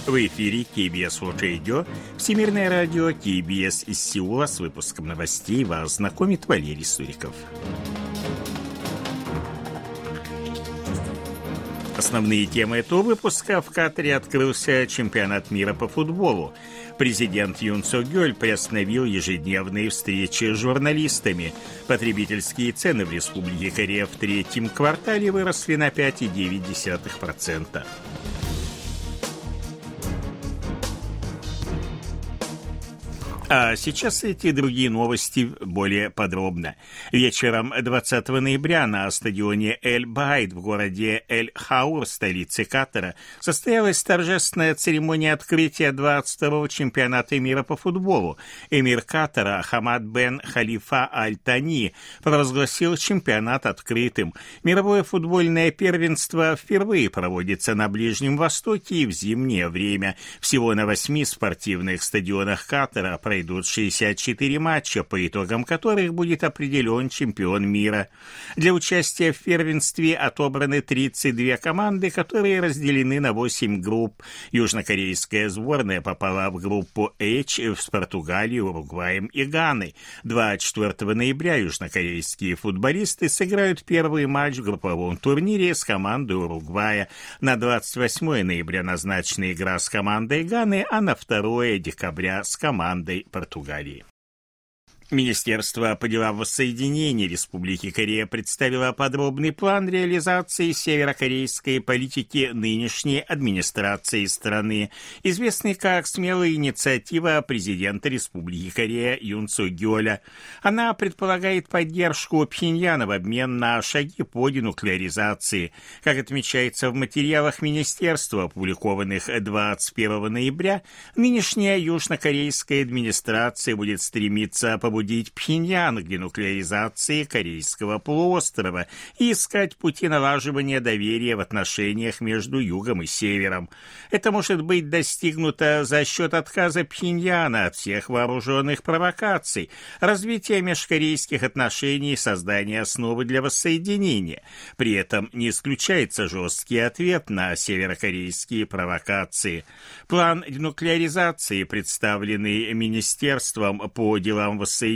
В эфире КБС World Radio, Всемирное радио КБС из Сеула. С выпуском новостей вас знакомит Валерий Суриков. Основные темы этого выпуска: в Катаре открылся чемпионат мира по футболу. Президент Юн Сок Гёль приостановил ежедневные встречи с журналистами. Потребительские цены в Республике Корея в третьем квартале выросли на 5,9%. А сейчас эти и другие новости более подробно. Вечером 20 ноября на стадионе Эль-Байт в городе Эль-Хаур, столице Катара, состоялась торжественная церемония открытия 22-го чемпионата мира по футболу. Эмир Катара Хамад бен Халифа Аль-Тани провозгласил чемпионат открытым. Мировое футбольное первенство впервые проводится на Ближнем Востоке и в зимнее время. Всего на 8 спортивных стадионах Катара пройдут 64 матча, по итогам которых будет определен чемпион мира. Для участия в первенстве отобраны 32 команды, которые разделены на 8 групп. Южнокорейская сборная попала в группу H с Португалией, Уругваем и Ганой. 24 ноября южнокорейские футболисты сыграют первый матч в групповом турнире с командой Уругвая. На 28 ноября назначена игра с командой Ганы, а на 2 декабря с командой Португалии. Министерство по делам воссоединения Республики Корея представило подробный план реализации северокорейской политики нынешней администрации страны, известной как «Смелая инициатива» президента Республики Корея Юн Сок Гёля. Она предполагает поддержку Пхеньяна в обмен на шаги по денуклеаризации. Как отмечается в материалах министерства, опубликованных 21 ноября, нынешняя южнокорейская администрация будет стремиться побудить Пхеньян к денуклеаризации Корейского полуострова и искать пути налаживания доверия в отношениях между Югом и Севером. Это может быть достигнуто за счет отказа Пхеньяна от всех вооруженных провокаций, развития межкорейских отношений и создания основы для воссоединения. При этом не исключается жесткий ответ на северокорейские провокации. План денуклеаризации, представленный Министерством по делам воссоединения,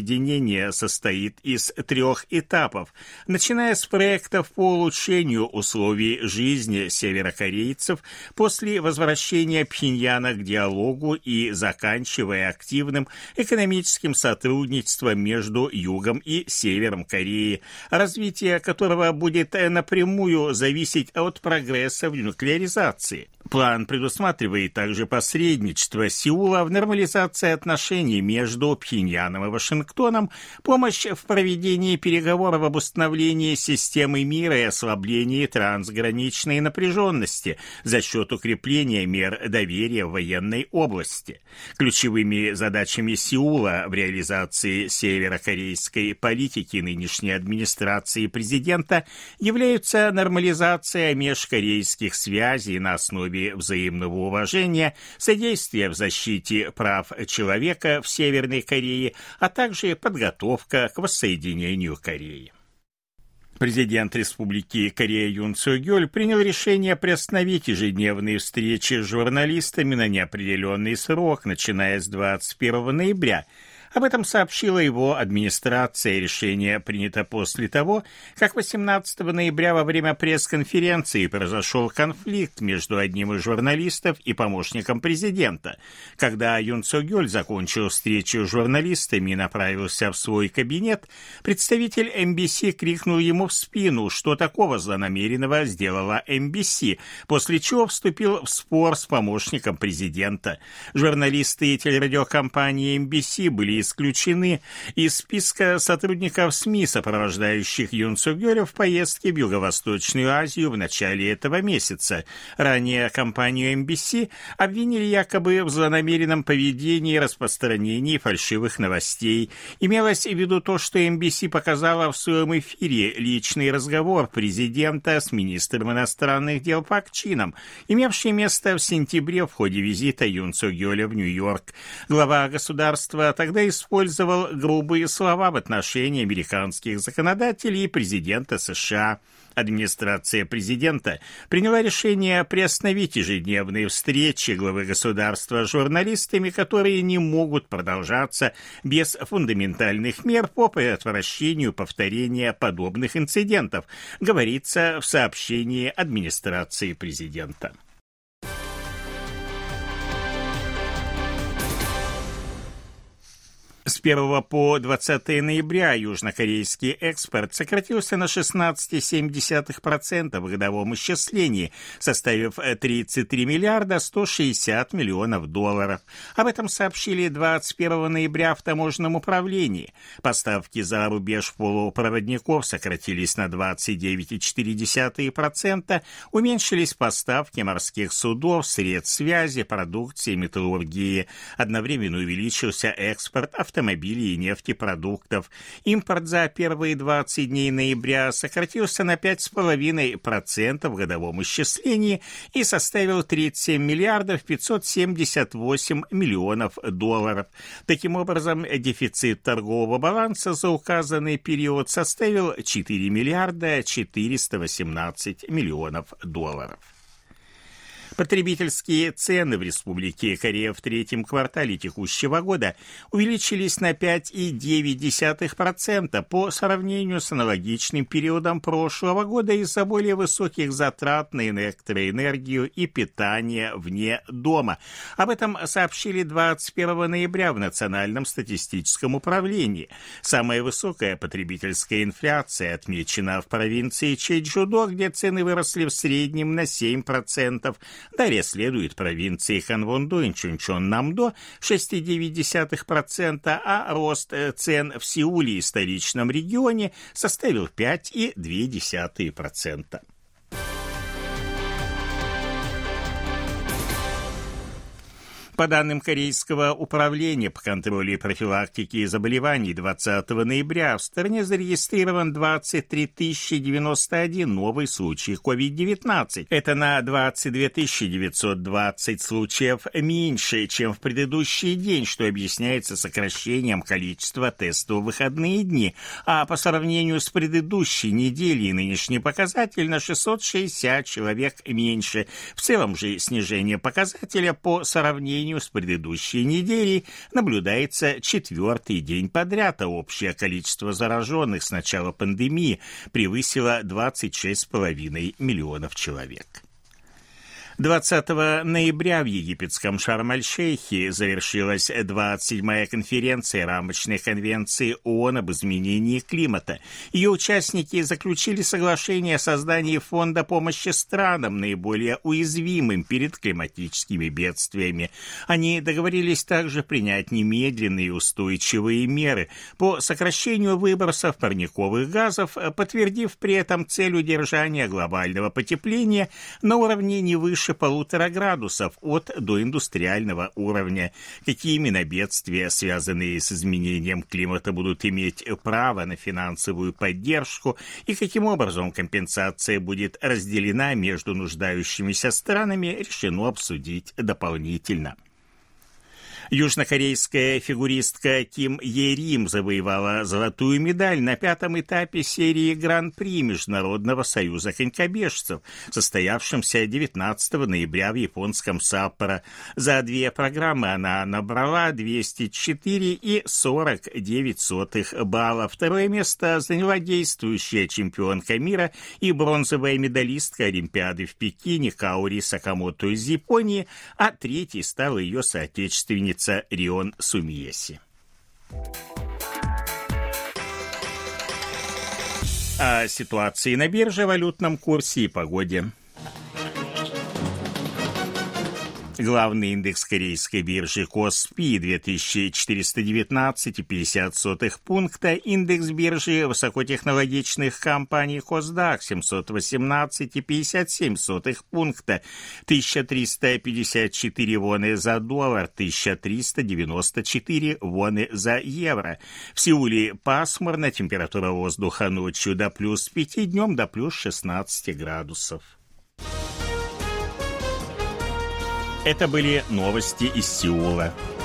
состоит из 3 этапов, начиная с проектов по улучшению условий жизни северокорейцев после возвращения Пхеньяна к диалогу и заканчивая активным экономическим сотрудничеством между Югом и Севером Кореи, развитие которого будет напрямую зависеть от прогресса в денуклеаризации. План предусматривает также посредничество Сеула в нормализации отношений между Пхеньяном и Вашингтоном, помощь в проведении переговоров об установлении системы мира и ослаблении трансграничной напряженности за счет укрепления мер доверия в военной области. Ключевыми задачами Сеула в реализации северокорейской политики нынешней администрации президента являются нормализация межкорейских связей на основе взаимного уважения, содействие в защите прав человека в Северной Корее, а также подготовка к воссоединению Кореи. Президент Республики Корея Юн Сок Гёль принял решение приостановить ежедневные встречи с журналистами на неопределенный срок, начиная с 21 ноября. Об этом сообщила его администрация. Решение принято после того, как 18 ноября во время пресс-конференции произошел конфликт между одним из журналистов и помощником президента. Когда Юн Сок Гёль закончил встречу с журналистами и направился в свой кабинет, представитель MBC крикнул ему в спину, что такого злонамеренного сделала MBC, после чего вступил в спор с помощником президента. Журналисты телерадиокомпании MBC были исключены из списка сотрудников СМИ, сопровождающих Юн Сок Гёля в поездке в Юго-Восточную Азию в начале этого месяца. Ранее компанию MBC обвинили якобы в злонамеренном поведении и распространении фальшивых новостей. Имелось в виду то, что MBC показала в своем эфире личный разговор президента с министром иностранных дел Пак Чином, имевший место в сентябре в ходе визита Юн Сок Гёля в Нью-Йорк. Глава государства тогда использовал грубые слова в отношении американских законодателей и президента США. Администрация президента приняла решение приостановить ежедневные встречи главы государства с журналистами, которые не могут продолжаться без фундаментальных мер по предотвращению повторения подобных инцидентов, говорится в сообщении администрации президента. С 1 по 20 ноября южнокорейский экспорт сократился на 16,7% в годовом исчислении, составив 33 миллиарда 160 миллионов долларов. Об этом сообщили 21 ноября в таможенном управлении. Поставки за рубеж полупроводников сократились на 29,4%, уменьшились поставки морских судов, средств связи, продукции, металлургии. Одновременно увеличился экспорт автомобилей и нефтепродуктов. Импорт за первые 20 дней ноября сократился на 5,5% в годовом исчислении и составил 37 миллиардов 578 миллионов долларов. Таким образом, дефицит торгового баланса за указанный период составил 4 миллиарда 418 миллионов долларов. Потребительские цены в Республике Корея в третьем квартале текущего года увеличились на 5,9% по сравнению с аналогичным периодом прошлого года из-за более высоких затрат на электроэнергию и питание вне дома. Об этом сообщили 21 ноября в Национальном статистическом управлении. Самая высокая потребительская инфляция отмечена в провинции Чеджудо, где цены выросли в среднем на 7%. Далее следует провинции Ханвондо и Чунчон-Намдо 6,9%, а рост цен в Сеуле и столичном регионе составил 5,2%. По данным Корейского управления по контролю и профилактике заболеваний 20 ноября в стране зарегистрирован 23 091 новый случай COVID-19. Это на 22 920 случаев меньше, чем в предыдущий день, что объясняется сокращением количества тестов в выходные дни. А по сравнению с предыдущей неделей нынешний показатель на 660 человек меньше. В целом же снижение показателя по сравнению с предыдущей неделей наблюдается четвертый день подряд, а общее количество зараженных с начала пандемии превысило 26,5 миллионов человек. 20 ноября в египетском Шарм-эль-Шейхе завершилась 27-я конференция рамочной конвенции ООН об изменении климата. Ее участники заключили соглашение о создании фонда помощи странам, наиболее уязвимым перед климатическими бедствиями. Они договорились также принять немедленные и устойчивые меры по сокращению выбросов парниковых газов, подтвердив при этом цель удержания глобального потепления на уровне не выше 1,5 градусов от доиндустриального уровня. Какие именно бедствия, связанные с изменением климата, будут иметь право на финансовую поддержку и каким образом компенсация будет разделена между нуждающимися странами, решено обсудить дополнительно. Южнокорейская фигуристка Ким Е-рим завоевала золотую медаль на 5-м этапе серии Гран-при Международного союза конькобежцев, состоявшемся 19 ноября в японском Саппоро. За две программы она набрала 204,49 балла. Второе место заняла действующая чемпионка мира и бронзовая медалистка Олимпиады в Пекине Каори Сакамото из Японии, а третьей стала ее соотечественница Рион Сумиеси. О ситуации на бирже, валютном курсе и погоде. Главный индекс корейской биржи Коспи 2419,50 пункта, индекс биржи высокотехнологичных компаний Косдак 718,57 пункта, 1354 воны за доллар, 1394 воны за евро. В Сеуле пасмурно, температура воздуха ночью до плюс 5, днем до плюс 16 градусов. Это были новости из Сеула.